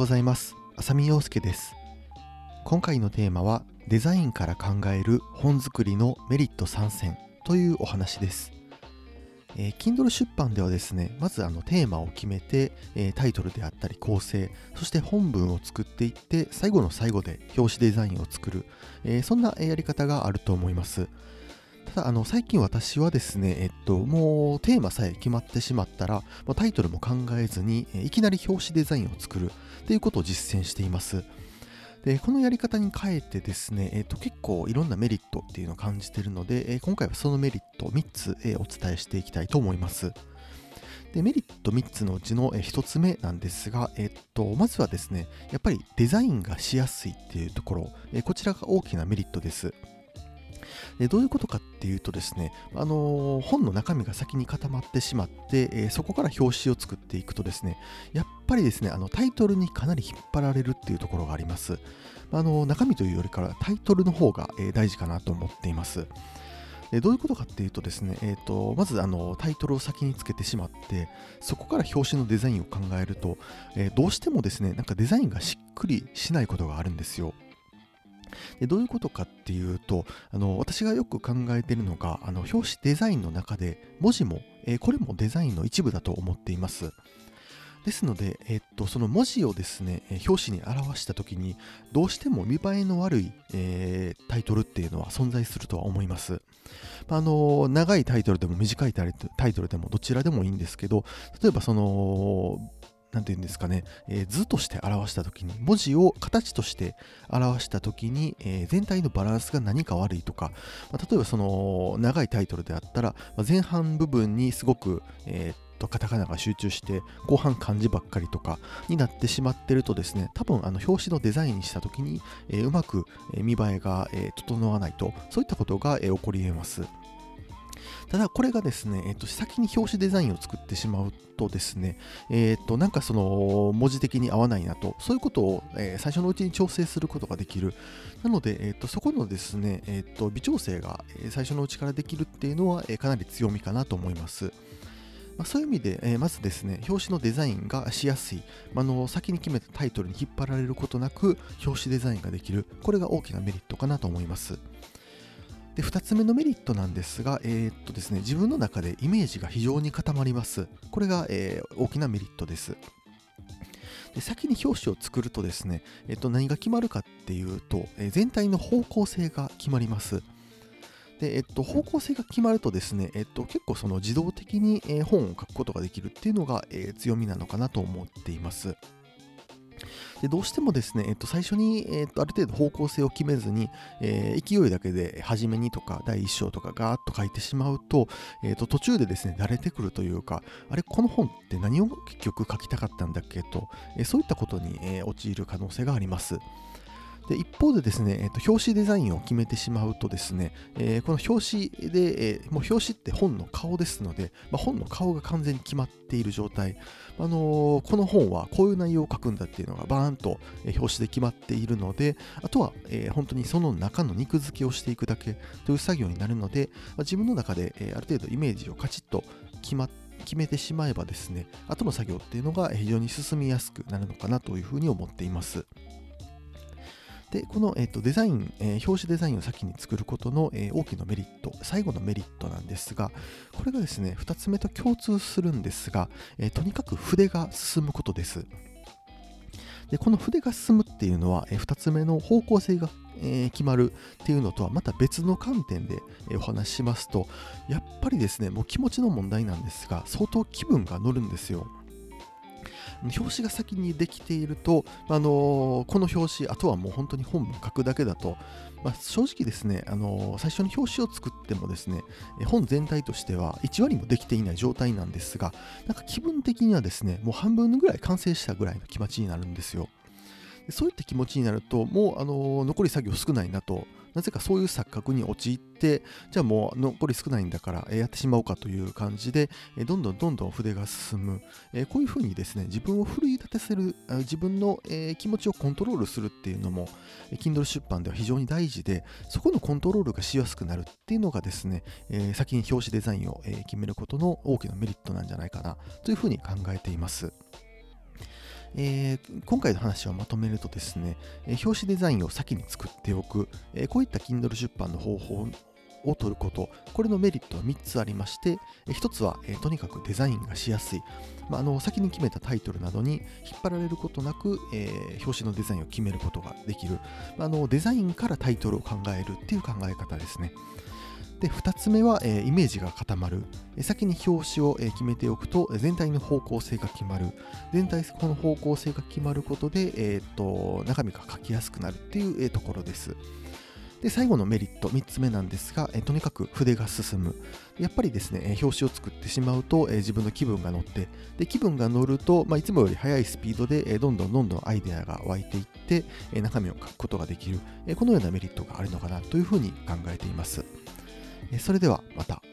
ございます。浅見陽介です。今回のテーマはデザインから考える本作りのメリット3選というお話です。Kindle 出版ではですね、まずテーマを決めて、タイトルであったり構成、そして本文を作っていって最後の最後で表紙デザインを作る、そんなやり方があると思います。ただ最近私はですね、もうテーマさえ決まってしまったら、もうタイトルも考えずに、いきなり表紙デザインを作るということを実践しています。で、このやり方に変えてですね、結構いろんなメリットっていうのを感じているので、今回はそのメリット3つ、お伝えしていきたいと思います。で、メリット3つのうちの、1つ目なんですが、まずはですね、やっぱりデザインがしやすいっていうところ、こちらが大きなメリットです。で、どういうことかっていうとですね、本の中身が先に固まってしまって、そこから表紙を作っていくとですね、やっぱりですね、タイトルにかなり引っ張られるっていうところがあります。中身というよりからタイトルの方が、大事かなと思っています。で、どういうことかっていうとですね、まずタイトルを先につけてしまって、そこから表紙のデザインを考えると、どうしてもですね、なんかデザインがしっくりしないことがあるんですよ。で、どういうことかっていうと、私がよく考えているのが、表紙デザインの中で文字も、これもデザインの一部だと思っています。ですので、その文字をですね、表紙に表したときに、どうしても見栄えの悪い、タイトルっていうのは存在するとは思います。長いタイトルでも短いタイトルでもどちらでもいいんですけど、例えばなんていうんですかね、図として表したときに、文字を形として表したときに、全体のバランスが何か悪いとか、例えば長いタイトルであったら、前半部分にすごく、カタカナが集中して、後半漢字ばっかりとかになってしまってるとですね、多分表紙のデザインにしたときに、うまく、見栄えが、整わないと、そういったことが、起こり得ます。ただこれがですね、先に表紙デザインを作ってしまうとですね、なんか文字的に合わないなと、そういうことを、最初のうちに調整することができる。なので、そこのですね、微調整が、最初のうちからできるっていうのは、かなり強みかなと思います。そういう意味で、まずですね、表紙のデザインがしやすい、先に決めたタイトルに引っ張られることなく、表紙デザインができる、これが大きなメリットかなと思います。で、2つ目のメリットなんですが、ですね、自分の中でイメージが非常に固まります。これが、大きなメリットです。で、先に表紙を作るとですね、何が決まるかっていうと、全体の方向性が決まります。で、方向性が決まるとですね、結構自動的に、本を書くことができるっていうのが、強みなのかなと思っています。で、どうしてもですね、最初に、ある程度方向性を決めずに、勢いだけで初めにとか第一章とかガーッと書いてしまうと、途中でですね、慣れてくるというか、あれ、この本って何を結局書きたかったんだっけと、そういったことに、陥る可能性があります。で、一方でですね、表紙デザインを決めてしまうとですね、この表紙で、もう表紙って本の顔ですので、本の顔が完全に決まっている状態、この本はこういう内容を書くんだっていうのがバーンと、表紙で決まっているので、あとは、本当にその中の肉付けをしていくだけという作業になるので、自分の中で、ある程度イメージをカチッと決めてしまえばですね、後の作業っていうのが非常に進みやすくなるのかなというふうに思っています。で、この、デザイン、表紙デザインを先に作ることの、大きなメリット、最後のメリットなんですが、これがですね、2つ目と共通するんですが、とにかく筆が進むことです。で、この筆が進むっていうのは、2つ目の方向性が、決まるっていうのとはまた別の観点で、お話ししますと、やっぱりですね、もう気持ちの問題なんですが、相当気分が乗るんですよ。表紙が先にできていると、この表紙、あとはもう本当に本文書くだけだと、正直ですね、最初に表紙を作ってもですね、本全体としては1割もできていない状態なんですが、なんか気分的にはですね、もう半分ぐらい完成したぐらいの気持ちになるんですよ。で、そういった気持ちになると、もう残り作業少ないなと、なぜかそういう錯覚に陥って、じゃあもう残り少ないんだから、やってしまおうかという感じで、どんどんどんどん筆が進む。こういうふうにですね、自分を奮い立たせる、自分の、気持ちをコントロールするっていうのも、Kindle 出版では非常に大事で、そこのコントロールがしやすくなるっていうのがですね、先に表紙デザインを、決めることの大きなメリットなんじゃないかなというふうに考えています。 今回の話をまとめるとですね、表紙デザインを先に作っておく、こういった Kindle 出版の方法を取ること、これのメリットは3つありまして、1つは、とにかくデザインがしやすい。先に決めたタイトルなどに引っ張られることなく、表紙のデザインを決めることができる。デザインからタイトルを考えるっていう考え方ですね。で、2つ目は、イメージが固まる。先に表紙を、決めておくと全体の方向性が決まる。この方向性が決まることで、中身が書きやすくなるっていう、ところです。で、最後のメリット、3つ目なんですが、とにかく筆が進む。やっぱりですね、表紙を作ってしまうと、自分の気分が乗って、で、気分が乗ると、いつもより速いスピードで、どんどんアイデアが湧いていって、中身を書くことができる。このようなメリットがあるのかなというふうに考えています。それではまた。